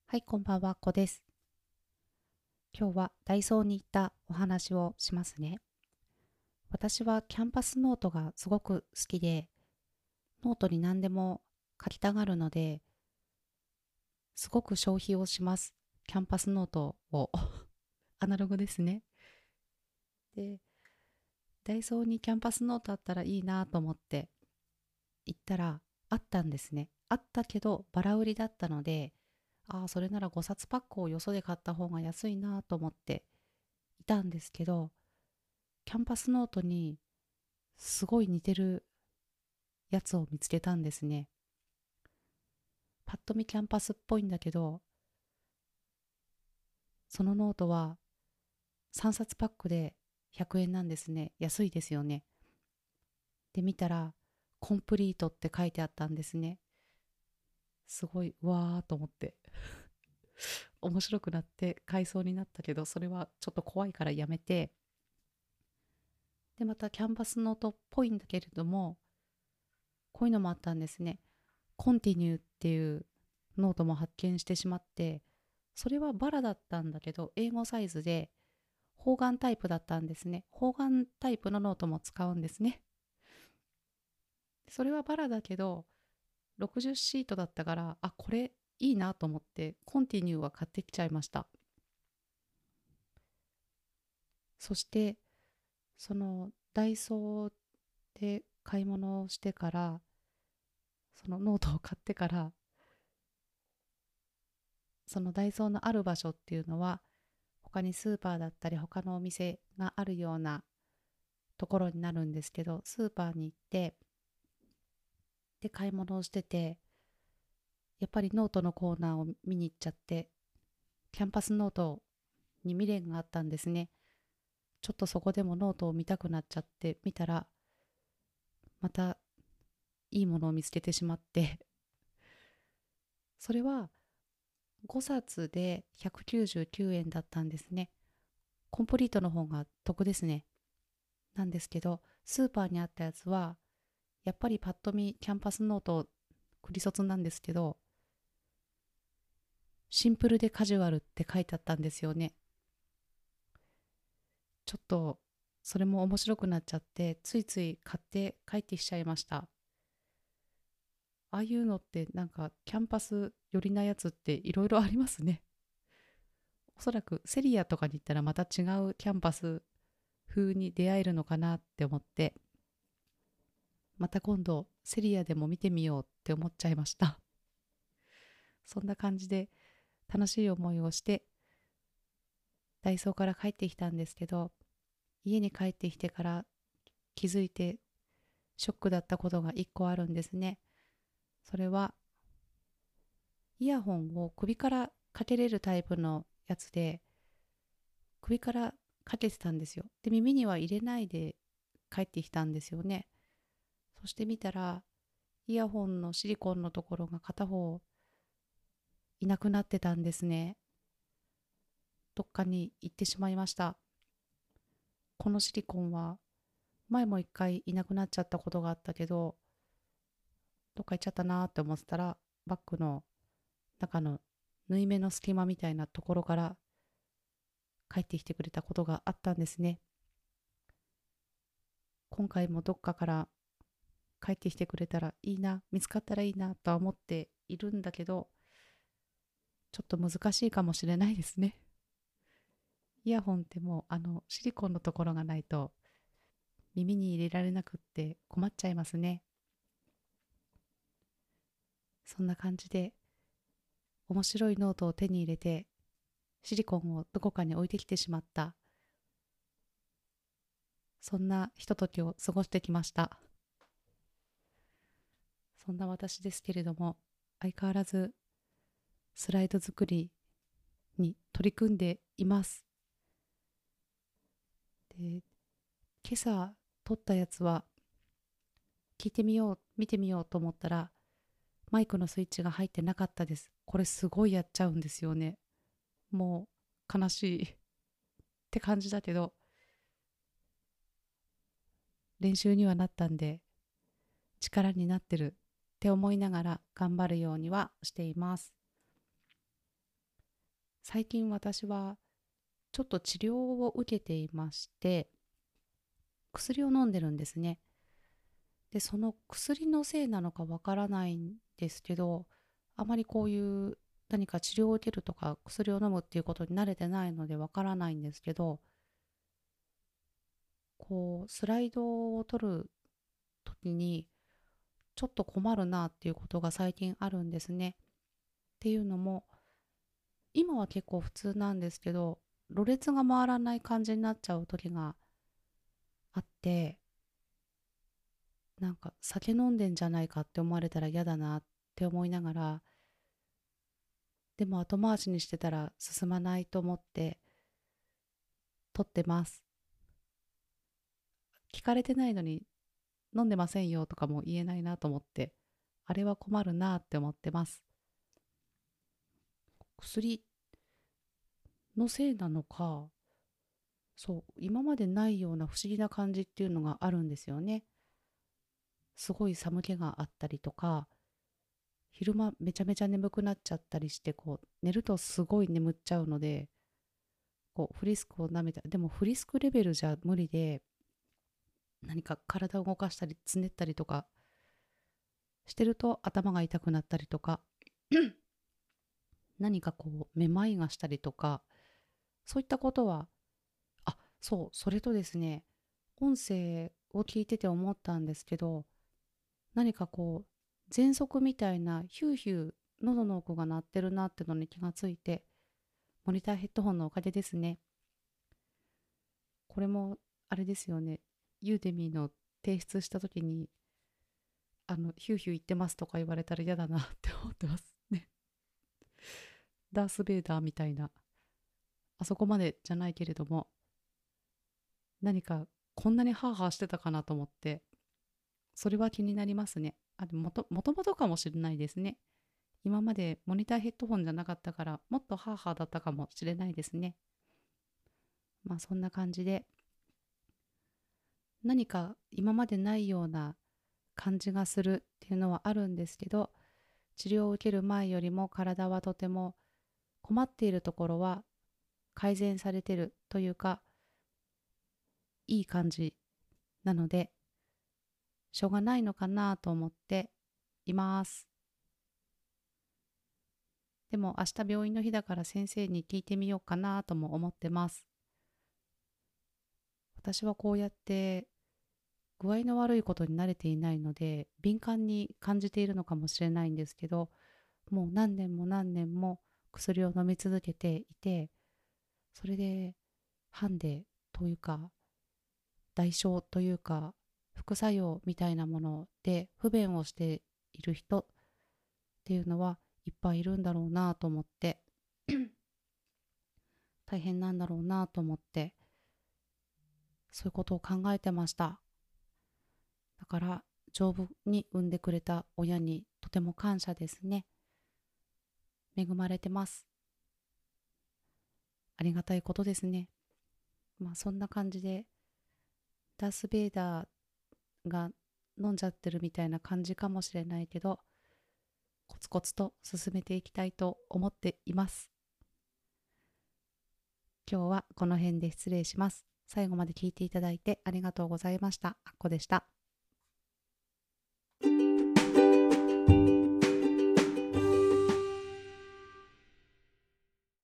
はい、こんばんは、こです。今日はダイソーに行ったお話をしますね。私はキャンパスノートがすごく好きで、ノートに何でも書きたがるので、すごく消費をします。キャンパスノートを。アナログですね。で、ダイソーにキャンパスノートあったらいいなと思って行ったら、あったんですね。あったけど、バラ売りだったので、それなら5冊パックをよそで買った方が安いなと思っていたんですけど、キャンパスノートにすごい似てるやつを見つけたんですね。パッと見キャンパスっぽいんだけど、そのノートは3冊パックで100円なんですね。安いですよね。で、見たら、コンプリートって書いてあったんですね。すごい、うわーと思って。面白くなって買いそうになったけど、それはちょっと怖いからやめて、で、またキャンパスノートっぽいんだけれども、こういうのもあったんですね。コンティニューっていうノートも発見してしまって、それはバラだったんだけど、英語サイズで、方眼タイプだったんですね。方眼タイプのノートも使うんですね。それはバラだけど、60シートだったから、これいいなと思って、コンティニューは買ってきちゃいました。そして、そのダイソーで買い物をしてから、そのノートを買ってから、そのダイソーのある場所っていうのは、他にスーパーだったり他のお店があるようなところになるんですけど、スーパーに行ってで買い物をしてて、やっぱりノートのコーナーを見に行っちゃって、キャンパスノートに未練があったんですね。ちょっとそこでもノートを見たくなっちゃって、見たらまたいいものを見つけてしまって、それは5冊で199円だったんですね。コンプリートの方が得ですね。なんですけど、スーパーにあったやつはやっぱりパッと見キャンパスノートクリソツなんですけど、シンプルでカジュアルって書いてあったんですよね。ちょっとそれも面白くなっちゃって、ついつい買って帰ってきちゃいました。ああいうのってなんかキャンパス寄りなやつっていろいろありますね。おそらくセリアとかに行ったらまた違うキャンパス風に出会えるのかなって思って、また今度セリアでも見てみようって思っちゃいました。そんな感じで楽しい思いをしてダイソーから帰ってきたんですけど、家に帰ってきてから気づいてショックだったことが1個あるんですね。それはイヤホンを首からかけれるタイプのやつで、首からかけてたんですよ。で、耳には入れないで帰ってきたんですよね。そして見たら、イヤホンのシリコンのところが片方いなくなってたんですね。どっかに行ってしまいました。このシリコンは前も一回いなくなっちゃったことがあったけど、どっか行っちゃったなーって思ってたら、バッグの中の縫い目の隙間みたいなところから帰ってきてくれたことがあったんですね。今回もどっかから帰ってきてくれたらいいな、見つかったらいいなとは思っているんだけど、ちょっと難しいかもしれないですね。イヤホンってもうシリコンのところがないと耳に入れられなくって困っちゃいますね。そんな感じで面白いノートを手に入れてシリコンをどこかに置いてきてしまった、そんなひとときを過ごしてきました。そんな私ですけれども、相変わらずスライド作りに取り組んでいます。で、今朝撮ったやつは聞いてみよう、見てみようと思ったら、マイクのスイッチが入ってなかったです。これすごいやっちゃうんですよね。もう悲しいって感じだけど、練習にはなったんで、力になってるって思いながら頑張るようにはしています。 最近私はちょっと治療を受けていまして、薬を飲んでるんですね。で、その薬のせいなのかわからないんですけど、あまりこういう何か治療を受けるとか薬を飲むっていうことに慣れてないのでわからないんですけど、こうスライドを取る時にちょっと困るなっていうことが最近あるんですね。っていうのも、今は結構普通なんですけど、ろれつが回らない感じになっちゃう時があって、なんか酒飲んでんじゃないかって思われたら嫌だなって思いながら、でも後回しにしてたら進まないと思って取ってます。聞かれてないのに飲んでませんよとかも言えないなと思って、あれは困るなって思ってます。薬のせいなのか、そう、今までないような不思議な感じっていうのがあるんですよね。すごい寒気があったりとか、昼間めちゃめちゃ眠くなっちゃったりして、こう寝るとすごい眠っちゃうので、こうフリスクを舐めた、でもフリスクレベルじゃ無理で、何か体を動かしたりつねったりとかしてると頭が痛くなったりとか、何かこうめまいがしたりとか、そういったことは、あ、そう、それとですね、音声を聞いてて思ったんですけど、何かこう喘息みたいなヒューヒュー喉の奥が鳴ってるなってのに気がついて、モニターヘッドホンのおかげですね。これもあれですよね、ユーデミーの提出した時にヒューヒュー言ってますとか言われたら嫌だなって思ってますね。ダース・ベイダーみたいな、あそこまでじゃないけれども、何かこんなにハーハーしてたかなと思って、それは気になりますね。あ、でももともとかもしれないですね。今までモニターヘッドホンじゃなかったから、もっとハーハーだったかもしれないですね。まあそんな感じで、何か今までないような感じがするっていうのはあるんですけど、治療を受ける前よりも体はとても困っているところは改善されてるというか、いい感じなので、しょうがないのかなと思っています。でも明日病院の日だから先生に聞いてみようかなとも思ってます。私はこうやって具合の悪いことに慣れていないので敏感に感じているのかもしれないんですけど、もう何年も何年も薬を飲み続けていて、それでハンデというか代償というか副作用みたいなもので不便をしている人っていうのはいっぱいいるんだろうなと思って大変なんだろうなと思って、そういうことを考えてました。だから丈夫に産んでくれた親にとても感謝ですね。恵まれてます。ありがたいことですね。まあそんな感じでダース・ベイダーが飲んじゃってるみたいな感じかもしれないけど、コツコツと進めていきたいと思っています。今日はこの辺で失礼します。最後まで聞いていただいてありがとうございました。あっこでした。